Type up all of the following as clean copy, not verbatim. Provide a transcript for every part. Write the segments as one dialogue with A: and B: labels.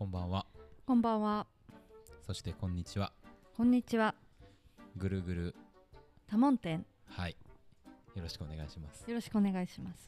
A: こんばんは。
B: こんばんは。
A: そしてこんにちは。
B: こんにちは。
A: ぐるぐる、
B: 多聞店、
A: はい、よろしくお願いします。
B: よろしくお願いします。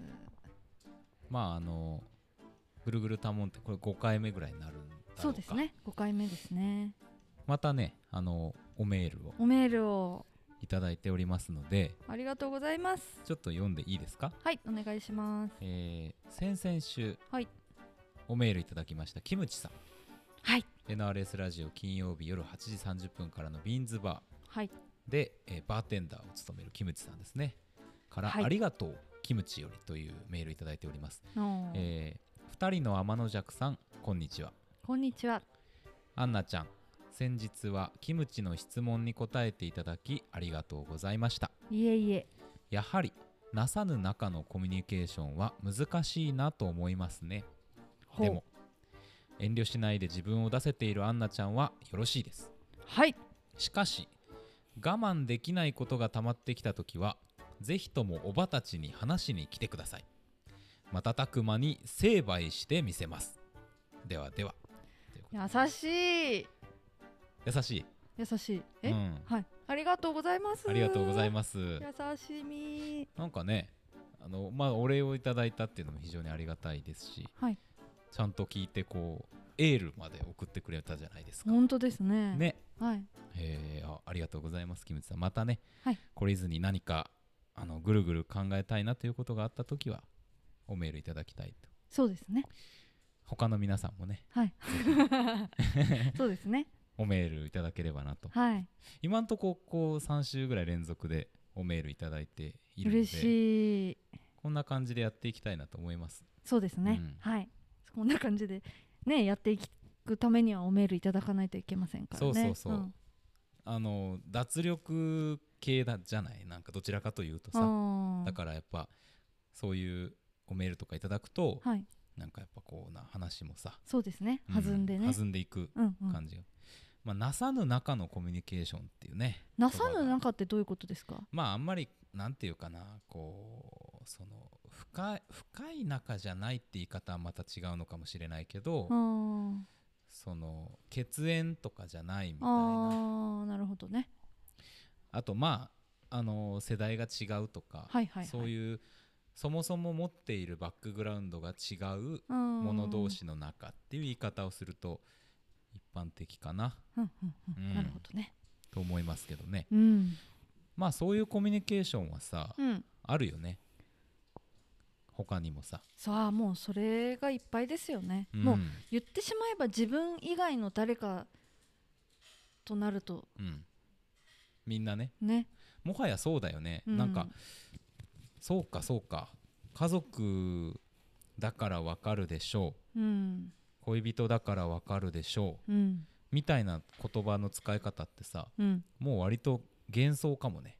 A: ぐるぐる多聞店、これ5回目ぐらいになるんだろうか。
B: そうですね、5回目ですね。
A: またね、おメールを
B: おメールを
A: いただいておりますので、
B: ありがとうございます。
A: ちょっと読んでいいですか？
B: はい、お願いします。
A: 先々週、
B: はい、
A: おメールいただきましたキムチさん。
B: はい、
A: NRS ラジオ金曜日夜8時30分からのビーンズバ
B: はい、
A: ーで、バーテンダーを務めるキムチさんですねから、
B: はい、
A: ありがとうキムチよりというメールいただいております。
B: おー
A: 2人の天の弱さん、こんにちは。
B: こんにちは。
A: アンナちゃん、先日はキムチの質問に答えていただきありがとうございました。
B: いえいえ。
A: やはりなさぬ中のコミュニケーションは難しいなと思いますね。
B: ほう。
A: でも遠慮しないで自分を出せているアンナちゃんはよろしいです。
B: はい、
A: しかし我慢できないことが溜まってきたときはぜひともおばたちに話しに来てください。瞬く間に成敗してみせます。ではでは。
B: 優しい。
A: 優しい。
B: 優しい。
A: うん
B: はい、ありがとうございます。
A: ありがとうござい
B: ま
A: ます。
B: 優しみ。
A: なんかね、お礼をいただいたっていうのも非常にありがたいですし、
B: はい、
A: ちゃんと聞いてこうエールまで送ってくれたじゃないですか。
B: 本当ですね。
A: ね。
B: はい、
A: ありがとうございます。キムチさん、またね、
B: はい、
A: 懲りずに何かぐるぐる考えたいなということがあったときはおメールいただきたいと。
B: そうですね。
A: 他の皆さんもね、
B: はい。そうですね。
A: おメールいただければなと。
B: はい。
A: 今んとここう3週ぐらい連続でおメールいただいているので、
B: 嬉しい。
A: こんな感じでやっていきたいなと思います。
B: そうですね、はい。こんな感じでねやっていくためにはおメールいただかないといけませんからね。
A: そうそうそう、脱力系じゃない、なんかどちらかというとさ、だからやっぱそういうおメールとかいただくと、
B: はい、
A: なんかやっぱこうな話もさ、
B: そうですね、弾んでね、
A: 弾んでいく感じが、なさぬ中のコミュニケーションっていうね。
B: なさぬ中ってどういうことですか？
A: あんまりなんていうかな、こうその深い仲じゃないって言い方はまた違うのかもしれないけど、その血縁とかじゃないみたいな。
B: なるほどね。
A: あと世代が違うとか、そういうそもそも持っているバックグラウンドが違う者同士の仲っていう言い方をすると一般的かな、
B: なるほどね
A: と思いますけどね。そういうコミュニケーションはさ、あるよね、他にもさ。
B: さあ、もうそれがいっぱいですよね、もう言ってしまえば自分以外の誰かとなると、
A: みんなね、
B: ね、
A: もはやそうだよね、なんかそうか家族だからわかるでしょう、恋人だからわかるでしょう、みたいな言葉の使い方ってさ、もう割と幻想かもね。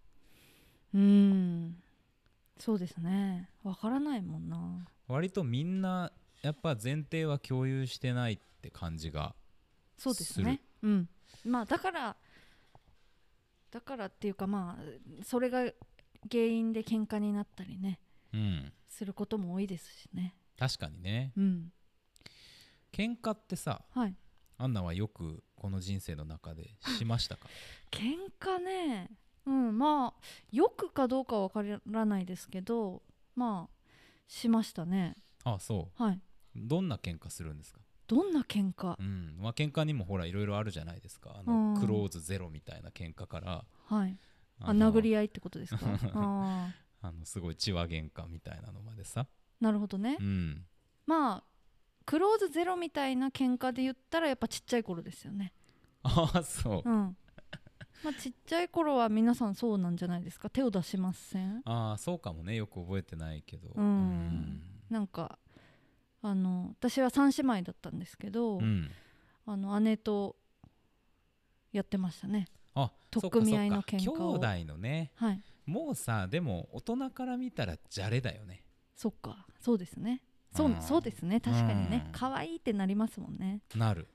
B: そうですね、わからないもんな。
A: 割とみんなやっぱ前提は共有してないって感じがする。
B: そうですね、だからっていうか、それが原因で喧嘩になったりね、することも多いですしね。
A: 確かにね、喧嘩ってさ、アンナはよくこの人生の中でしましたか？
B: 喧嘩ね、よくかどうかは分からないですけど、しましたね。
A: あ、そう、どんな喧嘩するんですか？
B: どんな喧嘩？
A: 喧嘩にもほらいろいろあるじゃないですか。クローズゼロみたいな喧嘩から、
B: 殴り合いってことですか？
A: すごい血は喧嘩みたいなのまでさ。
B: なるほどね。クローズゼロみたいな喧嘩で言ったらやっぱちっちゃい頃ですよね。
A: あ、そう、
B: ちっちゃい頃は皆さんそうなんじゃないですか？手を出しません？
A: そうかもね、よく覚えてないけど、
B: なんか私は3姉妹だったんですけど、姉とやってましたね。取っ組み合いの喧嘩を。
A: 兄弟のね、もうさ、でも大人から見たらじゃれだよね。
B: そっか、そうですね、そうですね、確かにね、可愛いってなりますもんね。
A: なる。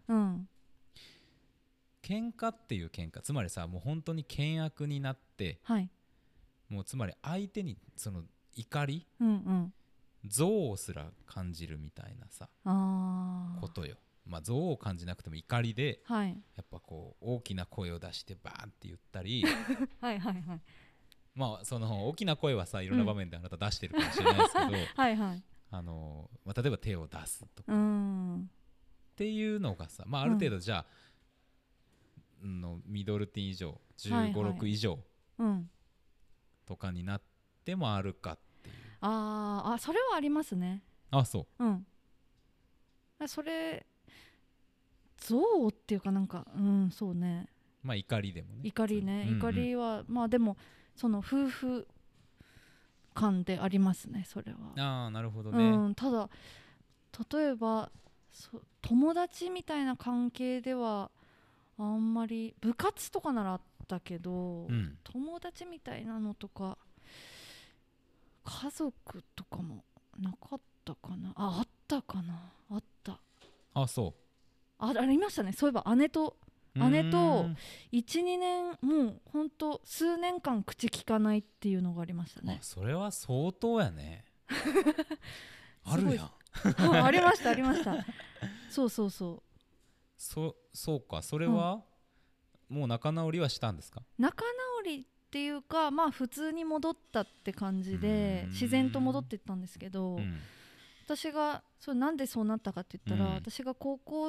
A: 喧嘩っていう喧嘩、つまりさ、もう本当に険悪になって、もうつまり相手にその怒り、憎悪すら感じるみたいなさ、ことよ。 まあ憎悪を感じなくても怒りで、
B: はい、
A: やっぱこう大きな声を出してバーンって言ったり
B: はいはいはい、
A: まあその大きな声はさいろんな場面であなた出してるかもしれないですけど、
B: はいはい、
A: まあ、例えば手を出すとかっていうのがさ、まあ、ある程度じゃあ、のミドルティーン以上15、6以上とかになってもあるかっていう、
B: あ、それはありますね。
A: あ、そう、
B: それ憎悪っていうかなんかそうね、
A: まあ怒りでもね、
B: 怒りね、怒りはまあでもその夫婦感でありますね、それは。
A: ああ、なるほどね。
B: ただ例えば友達みたいな関係ではあんまり、部活とかならあったけど、友達みたいなのとか家族とかもなかったかな。あったかな、あった。
A: あ、そう、
B: ありましたね。そういえば姉と 1,2 年もうほんと数年間口聞かないっていうのがありましたね。
A: あ、それは相当やねあるやん
B: ありましたありました。そう
A: そうか、それは、もう仲直りはしたんですか？
B: 仲直りっていうか、まあ普通に戻ったって感じで自然と戻っていったんですけど、私がなんでそうなったかって言ったら、私が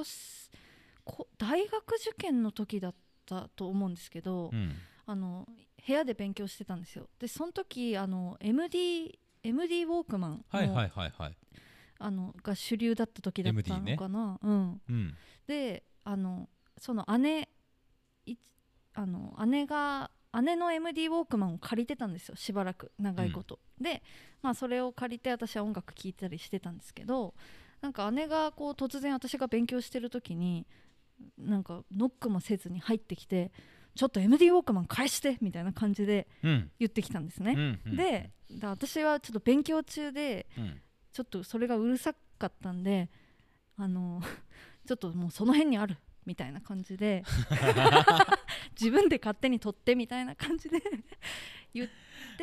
B: 大学受験の時だったと思うんですけど、部屋で勉強してたんですよ。でその時MD ウォークマンのが主流だった時だったのかな、でその姉の MD ウォークマンを借りてたんですよ、しばらく長いこと、で、まあ、それを借りて私は音楽聴いたりしてたんですけど、なんか姉がこう突然私が勉強してる時になんかノックもせずに入ってきて、ちょっと MD ウォークマン返してみたいな感じで言ってきたんですね、で私はちょっと勉強中で、ちょっとそれがうるさかったんでちょっともうその辺にあるみたいな感じで自分で勝手に取ってみたいな感じで言って、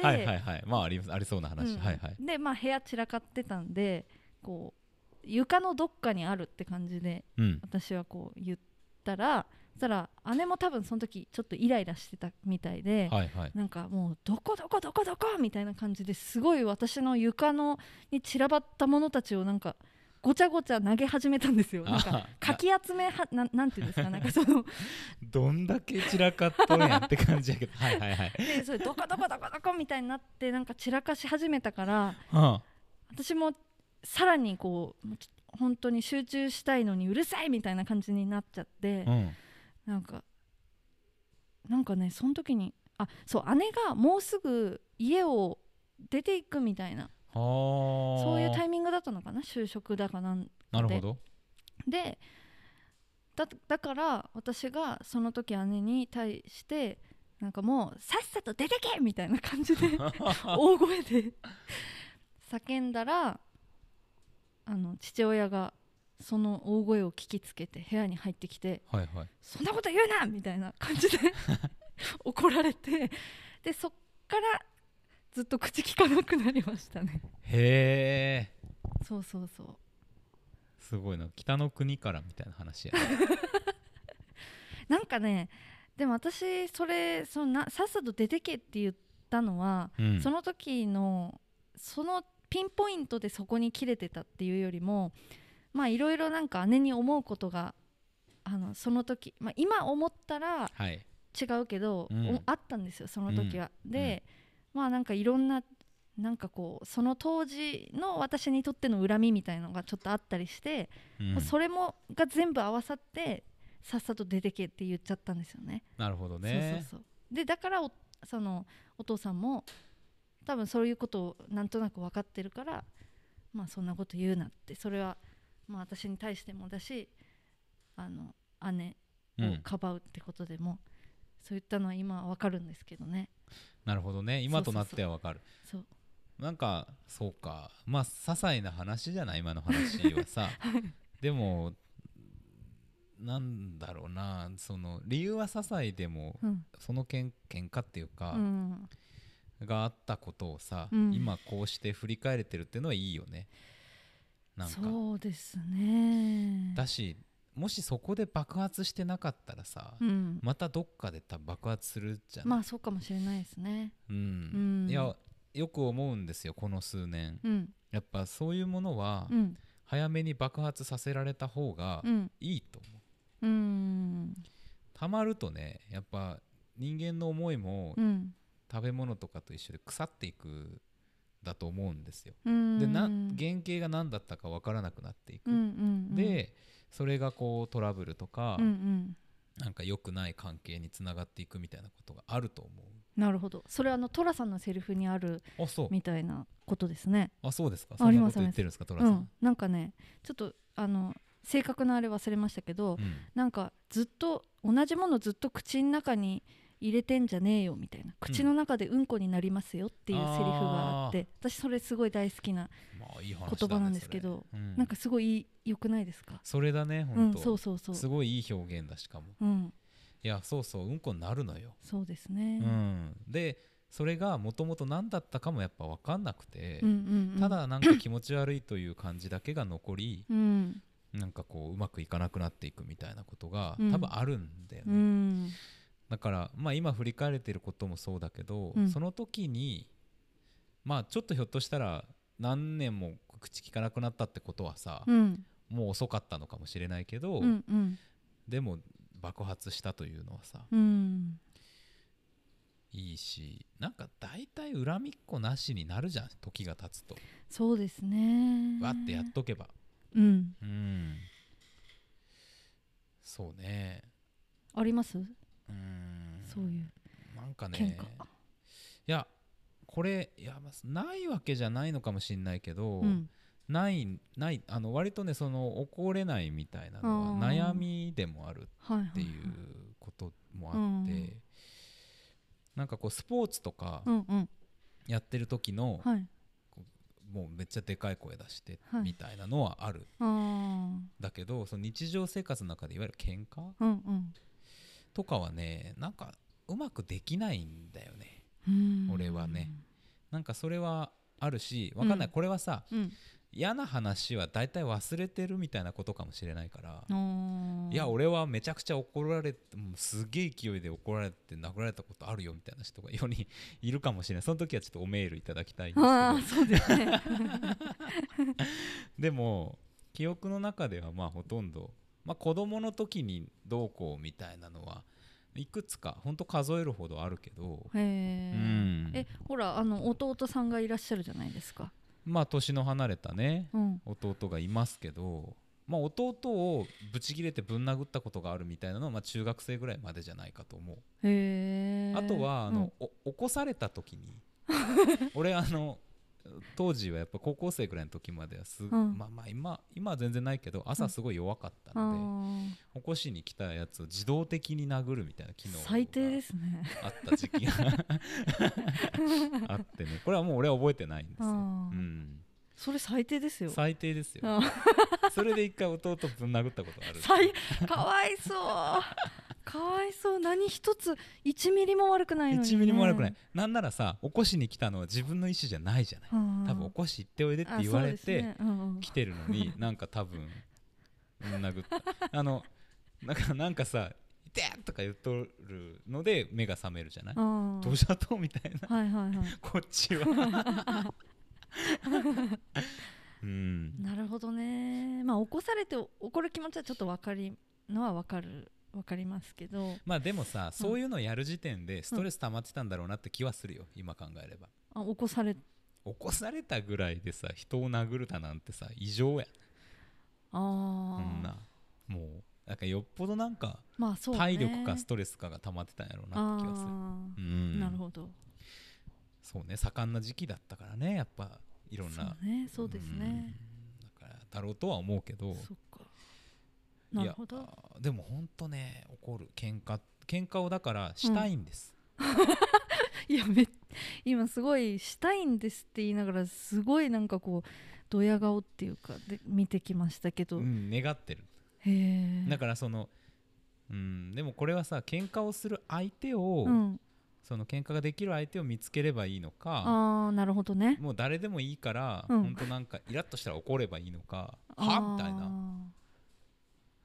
A: まあありそうな話、
B: でまあ部屋散らかってたんで、こう床のどっかにあるって感じで、私はこう言ったら、そしたら姉も多分その時ちょっとイライラしてたみたいで、なんかもうどこみたいな感じですごい私の床に散らばったものたちをなんかごちゃごちゃ投げ始めたんですよ。なんかかき集めなんていうんですか、なんかその
A: どんだけ散らかっとるんやって感じやけど
B: でそれどこみたいになって、なんか散らかし始めたから、私もさらにこう本当に集中したいのにうるさいみたいな感じになっちゃって、なんかね、その時に姉がもうすぐ家を出ていくみたいな、そういうタイミングだったのかな、就職だかなんかで。
A: なるほど。
B: でだから私がその時姉に対してなんかもうさっさと出てけみたいな感じで大声で叫んだら、父親がその大声を聞きつけて部屋に入ってきて、そんなこと言うなみたいな感じで怒られて、でそっからずっと口聞かなくなりましたね。
A: へえ。
B: そう
A: すごいな、北の国からみたいな話や、ね、
B: なんかね、でも私さっさと出てけって言ったのは、その時のそのピンポイントでそこに切れてたっていうよりも、まあいろいろなんか姉に思うことがその時、まあ、今思ったら違うけど、あったんですよその時は、で、まあなんかいろんななんかこうその当時の私にとっての恨みみたいなのがちょっとあったりして、それが全部合わさってさっさと出てけって言っちゃったんですよね。
A: なるほどね。
B: でだからお父さんも多分そういうことをなんとなく分かってるから、まあそんなこと言うなって、それはまあ私に対してもだし、姉をかばうってことでも、そういったのは今は分かるんですけどね。
A: なるほどね、今となっては分かる。なんかそうか、まあ些細な話じゃない今の話はさでもなんだろうな、その理由は些細でも、その喧嘩っていうか、があったことをさ、今こうして振り返れてるっていうのはいいよね。なんか
B: そうですね。
A: だし、 もしそこで爆発してなかったらさ、またどっかで多分爆発するじゃない。
B: まあそうかもしれないですね。
A: いやよく思うんですよこの数年、やっぱそういうものは、早めに爆発させられた方がいいと思う。たまるとねやっぱ人間の思いも、食べ物とかと一緒で腐っていくだと思うんですよ。で原型が何だったか分からなくなっていく、でそれがこうトラブルとか、なんか良くない関係につながっていくみたいなことがあると思う。
B: なるほど。それ寅さんのセリフにあるみたいなことですね。
A: あ、そうですか。そんなこと言ってるんですか、寅さん。
B: なんかねちょっと正確なあれ忘れましたけど、なんかずっと同じものずっと口の中に入れてんじゃねえよみたいな、口の中でうんこになりますよっていうセリフがあって、私それすごい大好きな言葉なんですけど、なんかすごい良くないですか。
A: それだね、本当、
B: そう
A: すごいいい表現だしかも、いやそうそう、うんこになるのよ。
B: そうですね、
A: でそれがもともと何だったかもやっぱ分かんなくて、ただなんか気持ち悪いという感じだけが残り、なんかこううまくいかなくなっていくみたいなことが多分あるんだよね。だからまあ今振り返れてることもそうだけど、その時にまあちょっとひょっとしたら何年も口聞かなくなったってことはさ、もう遅かったのかもしれないけど、でも爆発したというのはさ、いいし、なんか大体恨みっこなしになるじゃん、時が経つと。
B: そうですね、
A: わってやっとけば。そうね。
B: あります？そういう
A: なんかね、いやこれないわけじゃないのかもしれないけど、ない割とねその怒れないみたいなのは悩みでもあるっていうこともあって、なんかこうスポーツとかやってる時の、もうめっちゃでかい声出してみたいなのはある、だけどその日常生活の中でいわゆる喧嘩、とかはねなんかうまくできないんだよね、俺はね。なんかそれはあるし、わかんない、これはさ、嫌な話は大体忘れてるみたいなことかもしれないから、いや俺はめちゃくちゃ怒られて、すげえ勢いで怒られて殴られたことあるよみたいな人が世にいるかもしれない。その時はちょっとおメールいただきたいんですけど、そうですねでも記憶の中ではまあほとんど、子供の時にどうこうみたいなのはいくつかほんと数えるほどあるけど、
B: ほら弟さんがいらっしゃるじゃないですか。
A: 年の離れたね、弟がいますけど、弟をブチギレてぶん殴ったことがあるみたいなのは中学生ぐらいまでじゃないかと思う。あとは起こされた時に俺当時はやっぱ高校生ぐらいの時までは今は全然ないけど朝すごい弱かったので、起こしに来たやつを自動的に殴るみたいな機能が
B: 最低ですね
A: あった時期があってね、これはもう俺は覚えてないんですよ。
B: それ最低ですよ。
A: 最低ですよそれで一回弟ぶん殴ったことある
B: かわいそうかわいそう。何一つ1ミリも悪くないのにね。
A: 1ミリも悪くない。なんならさ、起こしに来たのは自分の意思じゃないじゃない。多分起こし行っておいでって言われて来てるのに、なんか多分殴ったなんかさ「痛っ!」とか言っとるので目が覚めるじゃない。どうしたとみたいな、こっちは
B: なるほどね。起こされて怒る気持ちはちょっと分かりますけど、
A: でもさ、そういうのやる時点でストレス溜まってたんだろうなって気はするよ、今考えれば。
B: 起こされ
A: たぐらいでさ人を殴るだなんてさ異常やん。もうなんかよっぽどなんか体力かストレスかが溜まってたんやろうなって気がする。
B: なるほど。
A: そうね、盛んな時期だったからね、やっぱいろんな。
B: そうですね。
A: だからだろうとは思うけど。
B: そっか。なるほど。
A: でもほんとね、怒る喧嘩をだからしたいんです、
B: いや今すごいしたいんですって言いながらすごいなんかこうドヤ顔っていうかで見てきましたけど、
A: 願ってる。だからでもこれはさ、喧嘩をする相手を、その喧嘩ができる相手を見つければいいのか、
B: なるほどね。
A: もう誰でもいいから、ほんとなんかイラッとしたら怒ればいいのか、はみたいな。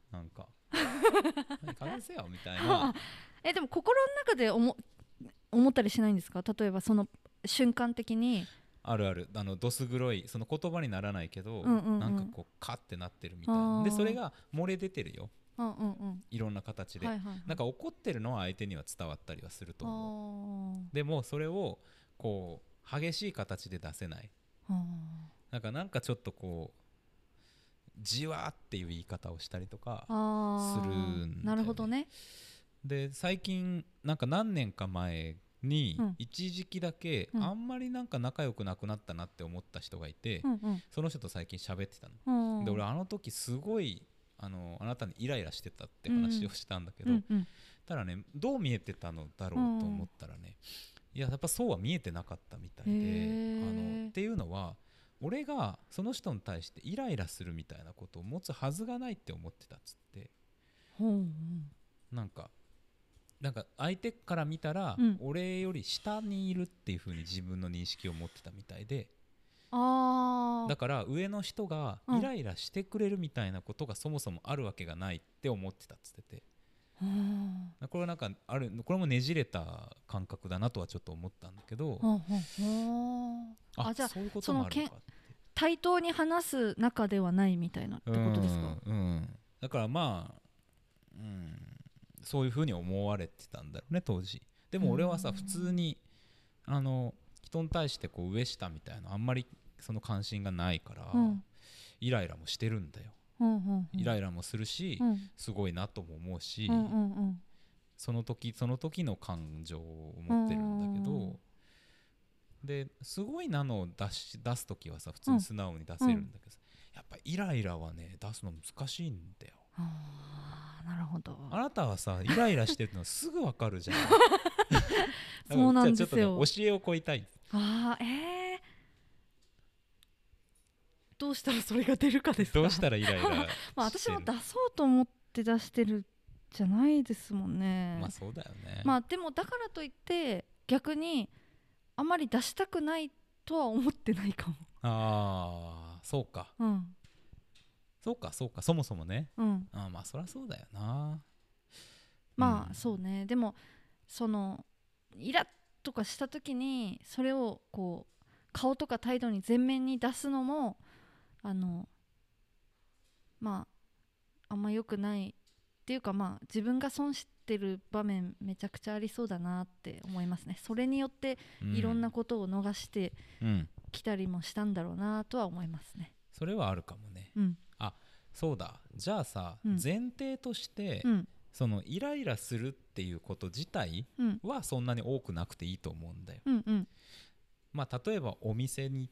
A: なんか返せよみたいな
B: でも心の中で思ったりしないんですか？例えばその瞬間的に。
A: あるある、どす黒い、その言葉にならないけど、なんかこうカッてなってるみたいなで、それが漏れ出てるよ、いろんな形で、なんか怒ってるのは相手には伝わったりはすると思う。でもそれをこう激しい形で出せない、なんかちょっとこうじわーっていう言い方をしたりとかするんだよね。
B: なるほどね。
A: で最近なんか何年か前に一時期だけあんまりなんか仲良くなくなったなって思った人がいて、その人と最近喋ってたの、で俺あの時すごいあなたにイライラしてたって話をしたんだけど、ただねどう見えてたのだろうと思ったらね、やっぱそうは見えてなかったみたいで、っていうのは俺がその人に対してイライラするみたいなことを持つはずがないって思ってたっつって、なんか相手から見たら、俺より下にいるっていう風に自分の認識を持ってたみたいで、だから上の人がイライラしてくれるみたいなことがそもそもあるわけがないって思ってたっつってて、これはなんかこれもねじれた感覚だなとはちょっと思ったんだけど、
B: じゃあ
A: そういうこともあるのかって、
B: 対等に話す仲ではないみたいなってことですか？
A: だからまあ、そういう風に思われてたんだろうね当時。でも俺はさ普通に人に対してこう上下みたいなあんまりその関心がないから、イライラもしてるんだよ、イライラもするし、すごいなとも思うし、その時その時の感情を持ってるんだけど、ですごいなのを出す時はさ普通に素直に出せるんだけど、やっぱイライラはね出すの難しいんだよ。
B: なるほど。
A: あなたはさイライラしてるのすぐわかるじゃん
B: そうなんですよ。
A: じゃあちょっと、ね、教えを請いたい。
B: どうしたらそれが出るかですか？
A: どうしたらイライラしてる
B: 私も出そうと思って出してるじゃないですもんね。
A: まあそうだよね。
B: でもだからといって逆にあまり出したくないとは思ってないかも。
A: そうか、そうかそもそもね、まあそりゃそうだよな。
B: そうね。でもそのイラッとかした時にそれをこう顔とか態度に前面に出すのもあんま良くないっていうか、自分が損してる場面めちゃくちゃありそうだなって思いますね。それによっていろんなことを逃してきたりもしたんだろうなとは思いますね。
A: それはあるかもね。そうだ、じゃあさ、前提として、そのイライラするっていうこと自体はそんなに多くなくていいと思うんだよ。例えばお店に行って、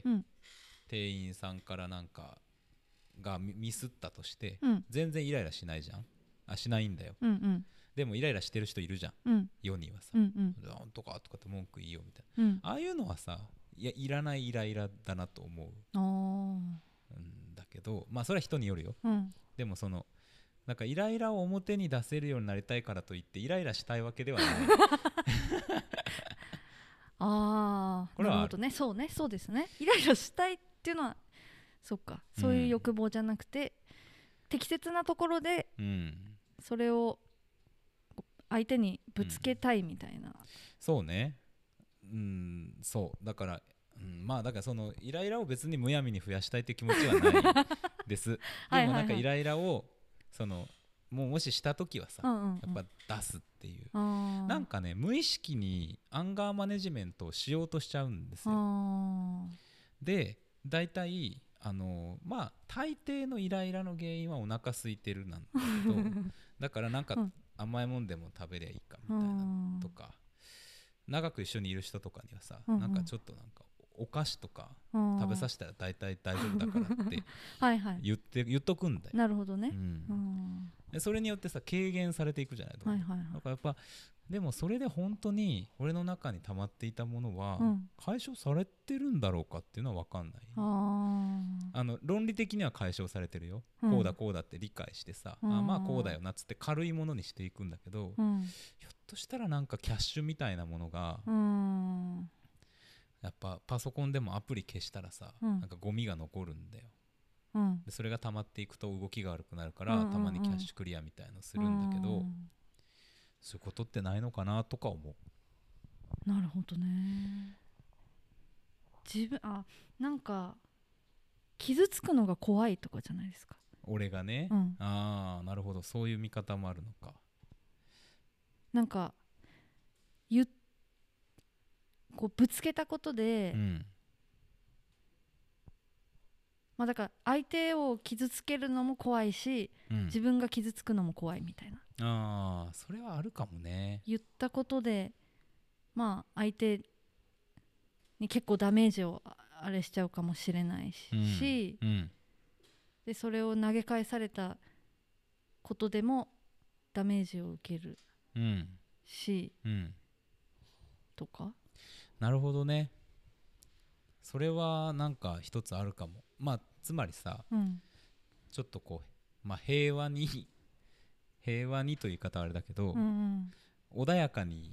A: 店員さんからなんかがミスったとして、全然イライラしないじゃん。しないんだよ、でもイライラしてる人いるじゃん、世にはさ、なんとかとかって文句いいよみたいな、ああいうのはさいらないイライラだなと思うんだけど、それは人によるよ、でもそのなんかイライラを表に出せるようになりたいからといってイライラしたいわけではないこれは
B: なるほどね。そうですね。イライラしたいっていうのはそっか、そういう欲望じゃなくて、適切なところでそれを相手にぶつけたいみたいな、
A: そうね、そうだから、だからそのイライラを別にむやみに増やしたいという気持ちはないですでもなんかイライラをそのもしした時はさ、やっぱ出すっていう、なんかね無意識にアンガーマネジメントをしようとしちゃうんですよ。でだいたい大抵のイライラの原因はお腹空いてるなんだけどだからなんか甘いもんでも食べりゃいいかみたいなとか、長く一緒にいる人とかにはさ、なんかちょっとなんかお菓子とか食べさせたら大体大丈夫だからって言っとくんだよ。
B: なるほどね、
A: でそれによってさ軽減されていくじゃない。だからやっぱでもそれで本当に俺の中に溜まっていたものは解消されてるんだろうかっていうのは分かんない。論理的には解消されてるよ、こうだこうだって理解してさ、こうだよなっつって軽いものにしていくんだけど、ひょっとしたらなんかキャッシュみたいなものがやっぱパソコンでもアプリ消したらさ、なんかゴミが残るんだよ。 でそれが溜まっていくと動きが悪くなるから、たまにキャッシュクリアみたいのするんだけど、そういうことってないのかなとか思う。
B: なるほどね。なんか傷つくのが怖いとかじゃないですか。
A: 俺がね、ああなるほど、そういう見方もあるのか。
B: なんかこうぶつけたことで、まあだから相手を傷つけるのも怖いし、自分が傷つくのも怖いみたいな。
A: それはあるかもね。
B: 言ったことでまあ相手に結構ダメージをあれしちゃうかもしれないし、でそれを投げ返されたことでもダメージを受けるし、とか。
A: なるほどね。それはなんか一つあるかも。まあつまりさ、ちょっとこう、まあ、平和にという言い方はあれだけど、穏やかに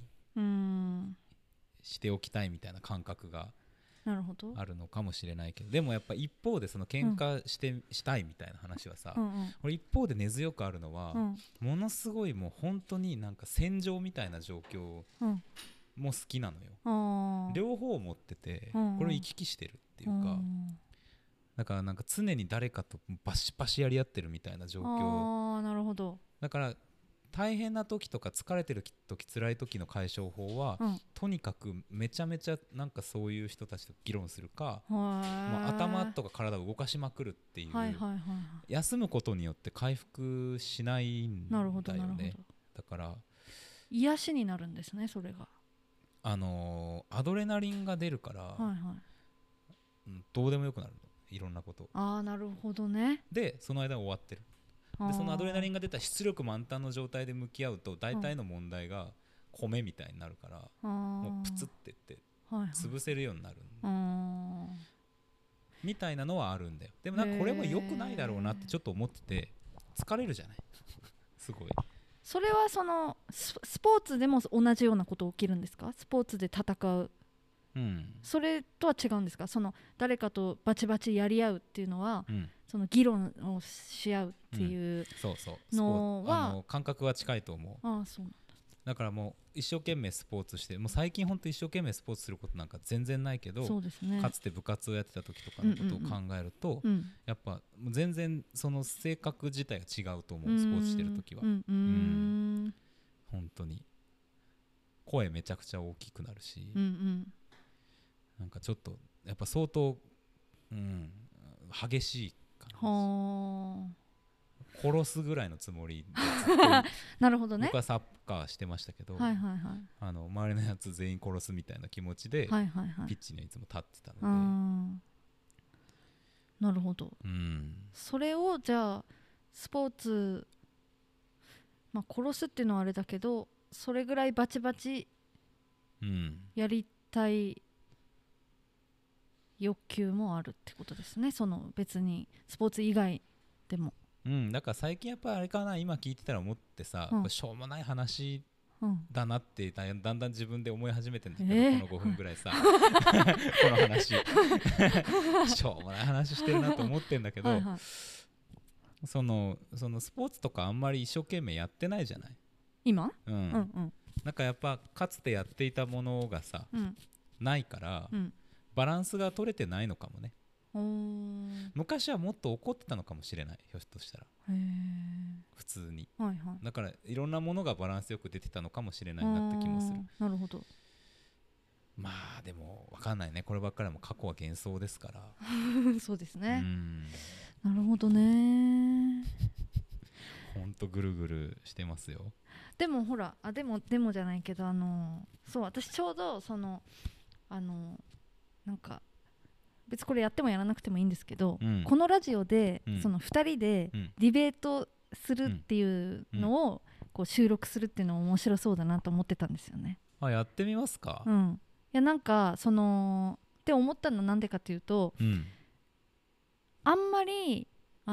A: しておきたいみたいな感覚があるのかもしれないけど、でもやっぱ一方でその喧嘩したいみたいな話はさ、これ一方で根強くあるのは、ものすごいもう本当になんか戦場みたいな状況も好きなのよ。両方持ってて、これを行き来してるっていうか、だからなんか常に誰かとバシバシやり合ってるみたいな状況。
B: なるほど。
A: だから大変な時とか疲れてる時辛い時の解消法は、とにかくめちゃめちゃなんかそういう人たちと議論するか、もう頭とか体を動かしまくるっていう、休むことによって回復しないんだよね。だから
B: 癒しになるんですね、それが。
A: アドレナリンが出るから、どうでもよくなるの、いろんなこと。
B: なるほどね。
A: でその間終わってる。でそのアドレナリンが出た出力満タンの状態で向き合うと、大体の問題が米みたいになるから、もうプツってって潰せるようになるみたいなのはあるんだよ。でもなんかこれも良くないだろうなってちょっと思ってて、疲れるじゃないすごい。
B: それはそのスポーツでも同じようなこと起きるんですか？スポーツで戦う、それとは違うんですか？その誰かとバチバチやり合うっていうのは、その議論をし合うっていうのは、
A: 感覚は近いと思う。
B: そうなんだ。
A: だからもう一生懸命スポーツして、もう最近本当一生懸命スポーツすることなんか全然ないけど、かつて部活をやってた時とかのことを考えると、やっぱ全然その性格自体が違うと思う。スポーツしてる時は本当に声めちゃくちゃ大きくなるし、なんかちょっとやっぱ相当、激しい感じ。殺すぐらいのつもりで
B: なるほどね。
A: 僕はサッカーしてましたけど、周りのやつ全員殺すみたいな気持ちでピッチにはいつも立ってたの
B: で。なるほど。それをじゃあスポーツ、殺すっていうのはあれだけど、それぐらいバチバチやりたい欲求もあるってことですね。その別にスポーツ以外でも。
A: だから最近やっぱりあれかな、今聞いてたら思ってさ、しょうもない話だなってだんだん自分で思い始めてるんだけど、この5分ぐらいさこの話しょうもない話してるなと思ってんだけど、そのスポーツとかあんまり一生懸命やってないじゃない
B: 今。
A: なんかやっぱかつてやっていたものがさ、ないから、バランスが取れてないのかもね。昔はもっと怒ってたのかもしれない、ひょっとしたら普通に、だからいろんなものがバランスよく出てたのかもしれないなって気もする。
B: なるほど。
A: まあでも分かんないね、こればっかりも過去は幻想ですから
B: そうですね。なるほどね。
A: ほんとぐるぐるしてますよ。
B: でもほら、でもじゃないけど、そう、私ちょうどそのなんか別にこれやってもやらなくてもいいんですけど、このラジオで、その2人でディベートするっていうのをこう収録するっていうのも面白そうだなと思ってたんですよね。
A: やってみますか。
B: いやなんかそのって思ったのはなんでかっていうと、あんまり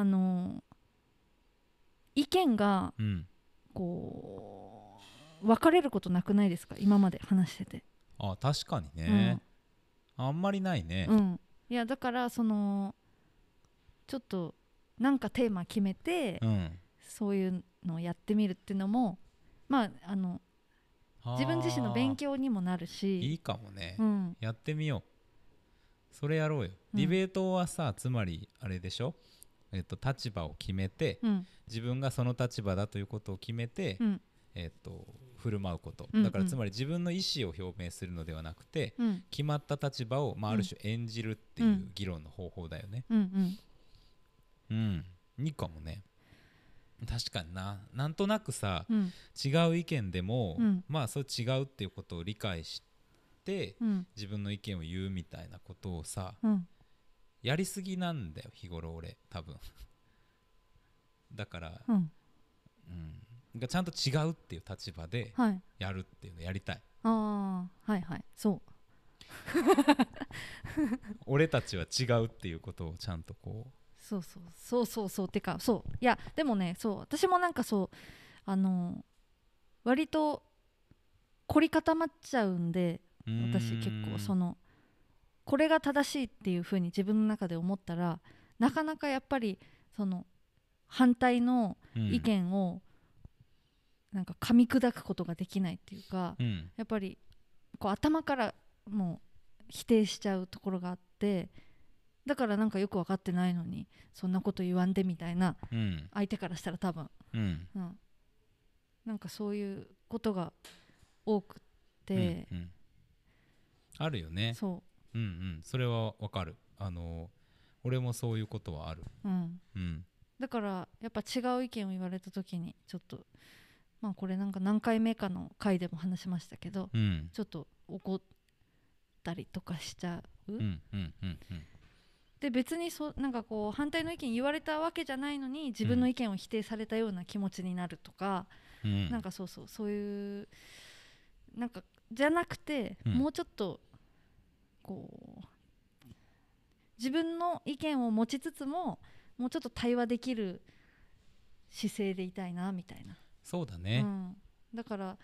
B: 意見がこう分かれることなくないですか、今まで話してて。
A: 確かにね、あんまりないね。
B: いやだからそのちょっとなんかテーマ決めて、そういうのをやってみるっていうのもまあ自分自身の勉強にもなるし、
A: いいかもね、やってみよう。それやろうよ。ディベートはさ、つまりあれでしょ、立場を決めて、自分がその立場だということを決めて、振る舞うこと、だからつまり自分の意思を表明するのではなくて、決まった立場を、ある種演じるっていう議論の方法だよね。いいかもね。確かにな。なんとなくさ、違う意見でも、そう違うっていうことを理解して、自分の意見を言うみたいなことをさ、やりすぎなんだよ日頃俺多分だから、ちゃんと違うっていう立場でやるっていうのやりたい。
B: そう
A: 俺たちは違うっていうことをちゃんとこう
B: そうってか、そういやでもね、そう私もなんかそう割と凝り固まっちゃうんで、私結構これが正しいっていう風に自分の中で思ったら、なかなかやっぱり反対の意見をなんか噛み砕くことができないっていうか、やっぱりこう頭からもう否定しちゃうところがあって、だからなんかよく分かってないのにそんなこと言わんでみたいな、相手からしたら多分、なんかそういうことが多くて、
A: あるよね。それは分かる。俺もそういうことはある。
B: だからやっぱ違う意見を言われた時にちょっとこれなんか何回目かの回でも話しましたけど、ちょっと怒ったりとかしちゃう。で別になんかこう反対の意見言われたわけじゃないのに自分の意見を否定されたような気持ちになるとか、なんかそういうなんかじゃなくて、もうちょっとこう自分の意見を持ちつつももうちょっと対話できる姿勢でいたいなみたいな。
A: そうだね、
B: だから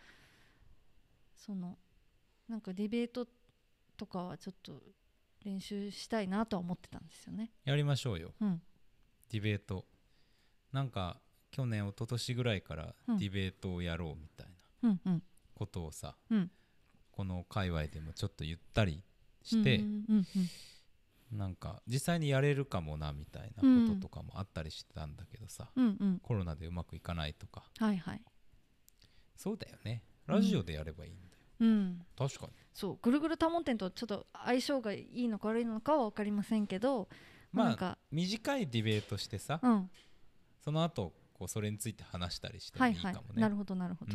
B: なんかディベートとかはちょっと練習したいなとは思ってたんですよね。
A: やりましょうよ、ディベート。なんか去年一昨年ぐらいからディベートをやろうみたいなことをさ、この界隈でもちょっと言ったりして、なんか実際にやれるかもなみたいなこととかもあったりしてたんだけどさ、コロナでうまくいかないとか、そうだよね、ラジオでやればいいんだよ、確かに。
B: そうぐるぐる多聞店とちょっと相性がいいのか悪いのかは分かりませんけど、なんか
A: 短いディベートしてさ、その後こうそれについて話したりしてもいいかもね。
B: なるほどなるほど、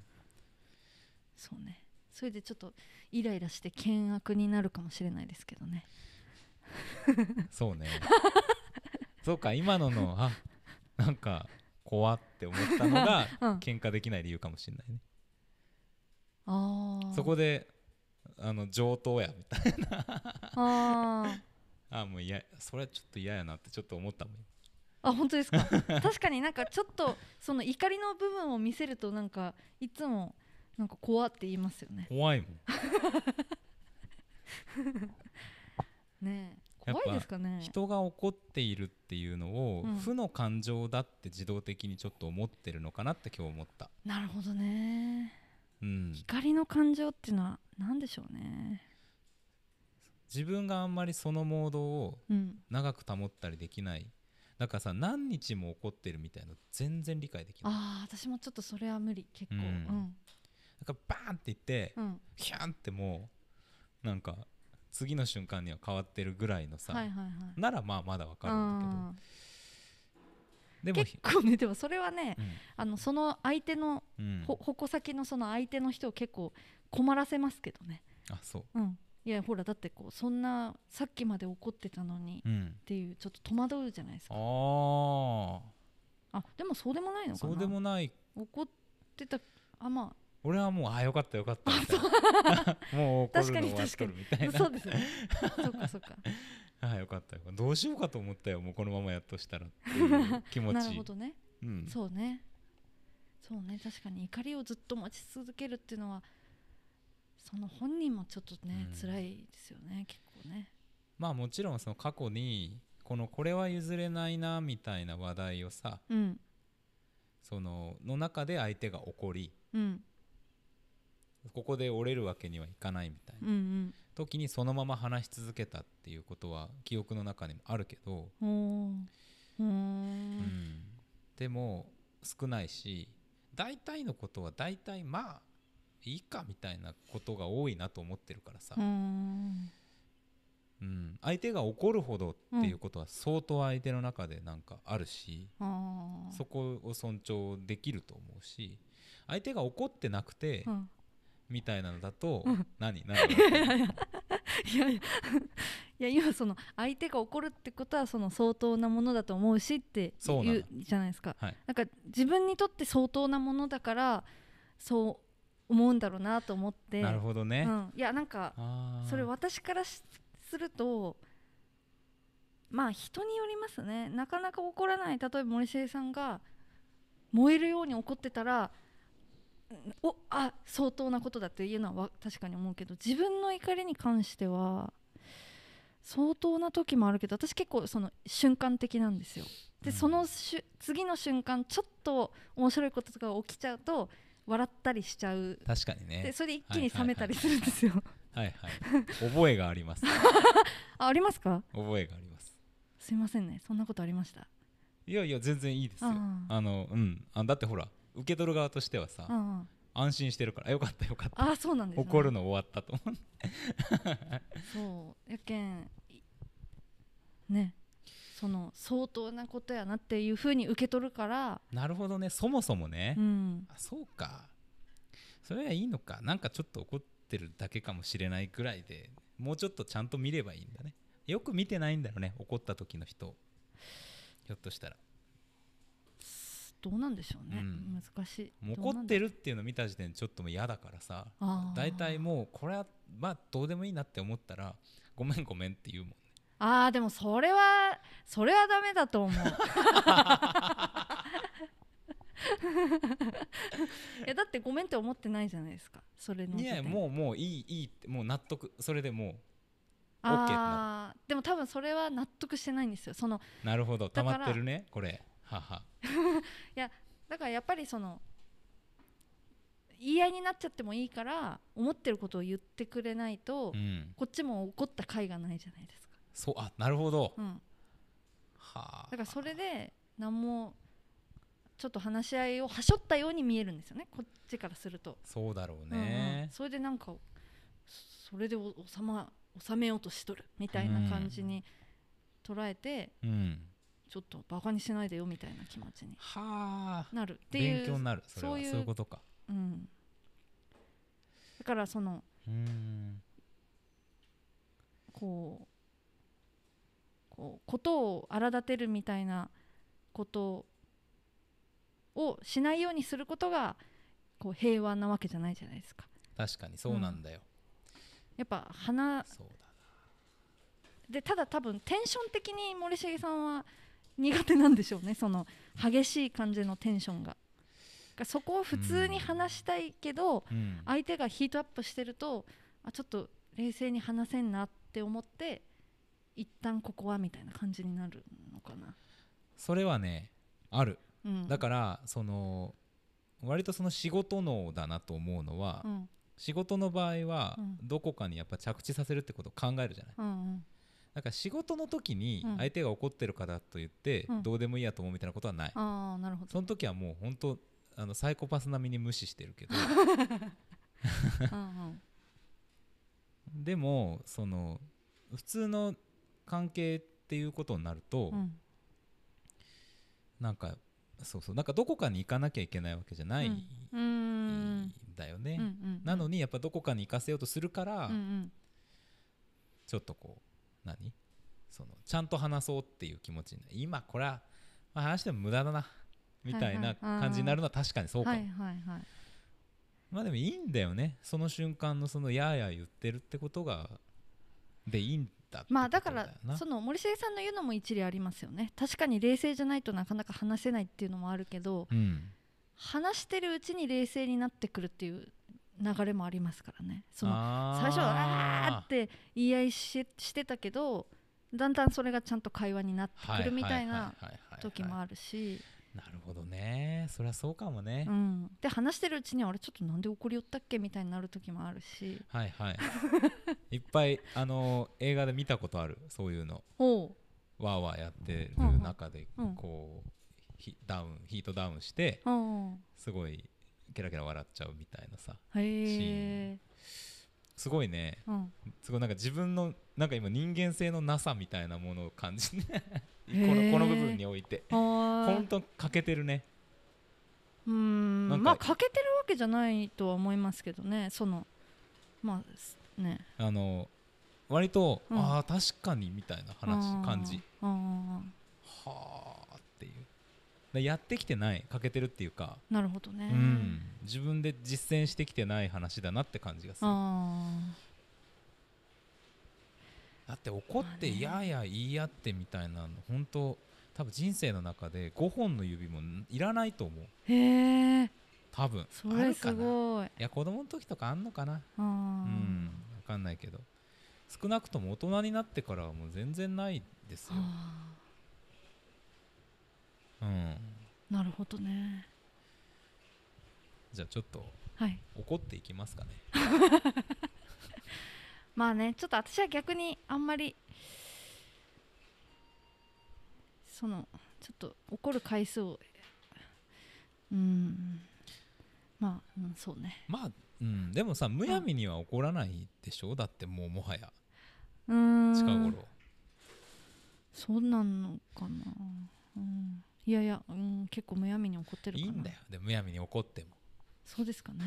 B: そうね。それでちょっとイライラして険悪になるかもしれないですけどね。
A: そうねそうか、今のなんか怖って思ったのが喧嘩できない理由かもしれないね。そこで上等やみたいなもうそれはちょっと嫌やなってちょっと思ったもん。
B: 本当ですか確かになんかちょっとその怒りの部分を見せるとなんかいつもなんか怖って言いますよね。
A: 怖いもん
B: ねえ、怖いですかね。
A: 人が怒っているっていうのを、負の感情だって自動的にちょっと思ってるのかなって今日思った。
B: なるほどね、怒りの感情っていうのは何でしょうね。
A: 自分があんまりそのモードを長く保ったりできない、だからさ、何日も怒ってるみたいなの全然理解できない。
B: 私もちょっとそれは無理結構、
A: なんかバーンって言って、ヒャンってもうなんか次の瞬間には変わってるぐらいのさ、ならまだわかるんだけど、でも
B: 結構ね、でもそれはね、その相手の、矛先のその相手の人を結構困らせますけどね。
A: そう、
B: いやほらだってこうそんなさっきまで怒ってたのにっていうちょっと戸惑うじゃないですか。でもそうでもないのかな。
A: そうでもない。
B: 怒ってた
A: 俺はもうよかったよかったみたいなもう怒るの終わっとるみたいな。
B: そうですねそっか
A: よかったよ、どうしようかと思ったよ、もうこのままやっとしたらっていう気持ち。
B: なるほどね、そうね確かに怒りをずっと持ち続けるっていうのはその本人もちょっとね、辛いですよね結構ね。
A: もちろんその過去にこれは譲れないなみたいな話題をさ、
B: うん、
A: その中で相手が怒り、
B: うん、
A: ここで折れるわけにはいかないみたいな、
B: うん、
A: 時にそのまま話し続けたっていうことは記憶の中にもあるけど、
B: うん、
A: でも少ないし、大体のことは大体まあいいかみたいなことが多いなと思ってるからさ、相手が怒るほどっていうことは相当相手の中でなんかあるし、そこを尊重できると思うし、相手が怒ってなくて、みたいなのだと、何い
B: や今その相手が怒るってことはその相当なものだと思うしって言うじゃないですか。なんか自分にとって相当なものだからそう思うんだろうなと思って。
A: なるほどね。
B: いやなんかそれ私からするとまあ人によりますね。なかなか怒らない、例えば森重さんが燃えるように怒ってたら相当なことだっていうのは確かに思うけど、自分の怒りに関しては相当な時もあるけど、私結構その瞬間的なんですよ。で、その次の瞬間ちょっと面白いこととかが起きちゃうと笑ったりしちゃう。
A: 確かにね。
B: でそれで一気に冷めたりするんですよ。
A: 覚えがあります。
B: ありますか？
A: 覚えがあります。
B: すいませんね、そんなことありました？
A: いやいや全然いいですよ。だってほら受け取る側としてはさ、安心してるから、よかったよかった。
B: そうなんですね。
A: 怒るの終わったと思う。
B: そうやけんね、その相当なことやなっていう風に受け取るから。
A: なるほどね、そもそもね、そうか、それはいいのか。なんかちょっと怒ってるだけかもしれないぐらいで、もうちょっとちゃんと見ればいいんだね。よく見てないんだろうね、怒った時の人、ひょっとしたら。
B: どうなんでしょうね、難しい。
A: 怒ってるっていうのを見た時点でちょっともう嫌だからさ、だいたいもうこれはまあどうでもいいなって思ったらごめんごめんって言うもんね。
B: でもそれはダメだと思う。だってごめんって思ってないじゃないですか、それの時点。いや
A: もういいって、もう納得、それでもう OK ってなる。
B: でも多分それは納得してないんですよ。
A: なるほど、溜まってるねこれ。
B: いやだからやっぱりその言い合いになっちゃってもいいから思ってることを言ってくれないと、こっちも怒った甲斐がないじゃないですか。
A: なるほど、
B: だからそれで何もちょっと話し合いをはしょったように見えるんですよね、こっちからすると。
A: そうだろうね、
B: それでなんかそれで収めようとしとるみたいな感じに捉えて、ちょっとバカにしないでよみたいな気持ちになるっていう。
A: 勉強になる。それはそういうことか。
B: だからそのこうことを荒立てるみたいなことをしないようにすることがこう平和なわけじゃないじゃないですか。
A: 確かにそうなんだよ、
B: やっぱで、ただ多分テンション的に森重さんは苦手なんでしょうね、その激しい感じのテンションが。そこを普通に話したいけど、相手がヒートアップしてるとちょっと冷静に話せんなって思って一旦ここはみたいな感じになるのかな。
A: それはねある、だから割とその仕事脳だなと思うのは、仕事の場合はどこかにやっぱ着地させるってことを考えるじゃない、だから仕事の時に相手が怒ってるからといってどうでもいいやと思うみたいなことはない、
B: なるほど。
A: その時はもう本当サイコパス並みに無視してるけどでもその普通の関係っていうことになると、なんかなんかどこかに行かなきゃいけないわけじゃないんだよね、なのにやっぱどこかに行かせようとするから、ちょっとちゃんと話そうっていう気持ちに今これは、話しても無駄だなみたいな感じになるのは確かにそうかも。まあでもいいんだよね、その瞬間のそのやーやー言ってるってことがでいいんだってことだよな。
B: だからその森重さんの言うのも一理ありますよね。確かに冷静じゃないとなかなか話せないっていうのもあるけど、話してるうちに冷静になってくるっていう流れもありますからね。最初はって言い合いしてたけどだんだんそれがちゃんと会話になってくるみたいな時もあるし。
A: なるほどね、そりゃそうかもね、
B: うん、で話してるうちにあれちょっとなんで怒りよったっけみたいになる時もあるし、
A: はいはいいっぱい映画で見たことある、そういうのわーわーやってる中でこうヒートダウンしてすごいケラケラ笑っちゃうみたいなさシーン、すごいね、すごいなんか自分のなんか今人間性のなさみたいなものを感じねこの部分において本当欠けてるね。
B: まあ欠けてるわけじゃないとは思いますけどね、そのまあね
A: 割と、ああ確かにみたいな感じはあっていう、やってきてない、欠けてるっていうか、
B: なるほどね、
A: 自分で実践してきてない話だなって感じがする。だって怒っていやいや言い合ってみたいなの本当多分人生の中で5本の指もいらないと思う。
B: へえ、
A: 多分
B: それすごい。
A: いや子供の時とかあんのかな、分かんないけど少なくとも大人になってからはもう全然ないですよ。
B: なるほどね。
A: じゃあちょっと、怒っていきますかね
B: まあね、ちょっと私は逆にあんまりそのちょっと怒る回数をまあ、そうね。
A: まあ、でもさむやみには怒らないでしょ、だってもはや近頃
B: そうなのかな。いやいや、結構むやみに怒ってるかな。
A: いいんだよ、でむやみに怒っても。
B: そうですかね。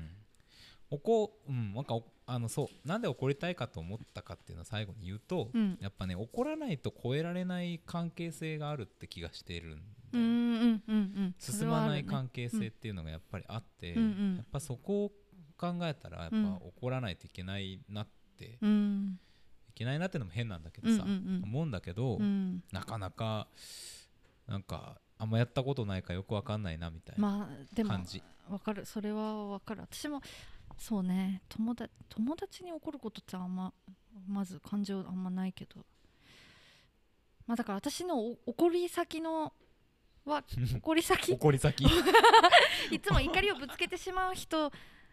A: そうなんで怒りたいかと思ったかっていうのを最後に言うと、やっぱね怒らないと超えられない関係性があるって気がしているんだよ。進まない関係性っていうのがやっぱりあって、やっぱそこを考えたらやっぱ怒らないといけないなって、いけないなってのも変なんだけどさ、思うんだけど、なかなかなんかあんまやったことないかよくわかんないなみたいな感じ。
B: わかる、それはわかる。私もそうね、友達に怒ることってまず感情あんまないけど、まあだから私の怒り先怒り先いつも怒りをぶつけてしまう人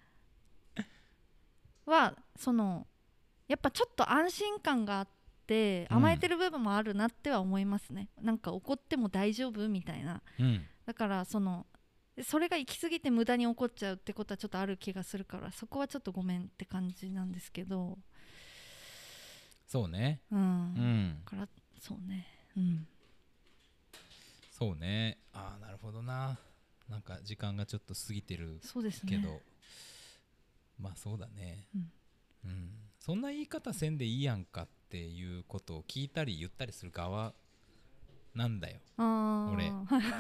B: はやっぱちょっと安心感があって甘えてる部分もあるなっては思いますね。なんか怒っても大丈夫みたいな、だからそれが行き過ぎて無駄に怒っちゃうってことはちょっとある気がするから、そこはちょっとごめんって感じなんですけど。
A: そうね、
B: からそうね、
A: そうね。ああなるほどな。なんか時間がちょっと過ぎてるけど、まあそうだね、そんな言い方せんでいいやんかっていうことを聞いたり言ったりする側なんだよ俺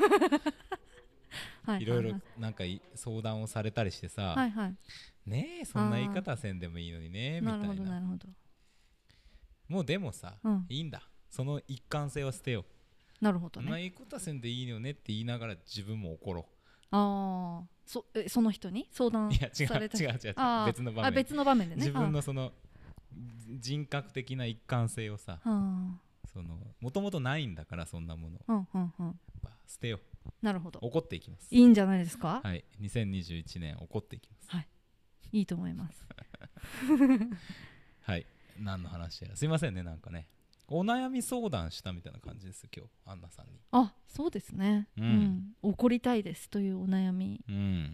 A: いろいろなんか相談をされたりしてさ、ねえそんな言い方せんでもいいのにねみたいな。
B: なるほど。
A: もうでもさ、いいんだ、その一貫性は捨てよう。
B: なるほどね。
A: そんな言い方せんでいいよねって言いながら自分も怒ろ
B: う。その人に相談された。
A: 違う別の場面でね、自分のその人格的な一貫性をさ、もともとないんだからそんなもの、捨てよう。
B: なるほど。
A: 怒っていきます。
B: いいんじゃないですか。
A: はい、2021年怒っていきます。
B: はい、いいと思います
A: はい、何の話やらすいませんね、なんかねお悩み相談したみたいな感じです今日アンナさんに。
B: そうですね、怒りたいですというお悩み、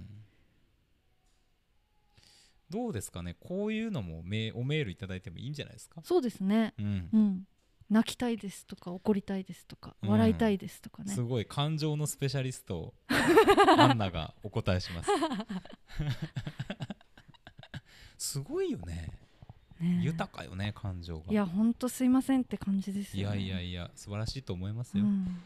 A: どうですかね、こういうのもおメールいただいてもいいんじゃないですか。
B: そうですね、泣きたいですとか怒りたいですとか、笑いたいですとかね。
A: すごい感情のスペシャリストアンナがお答えしますすごいよね、豊かよね感情が。
B: いやほんとすいませんって感じですよね。
A: いや素晴らしいと思いますよ、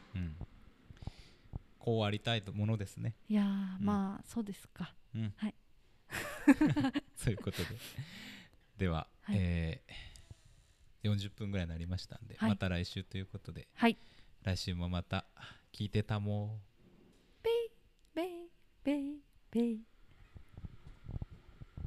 A: こうありたいものですね。
B: いやまあそうですか、はい
A: そういうことででは、40分ぐらいになりましたんで、また来週ということで、来週もまた聞いてたも
B: ベイベイベイベイ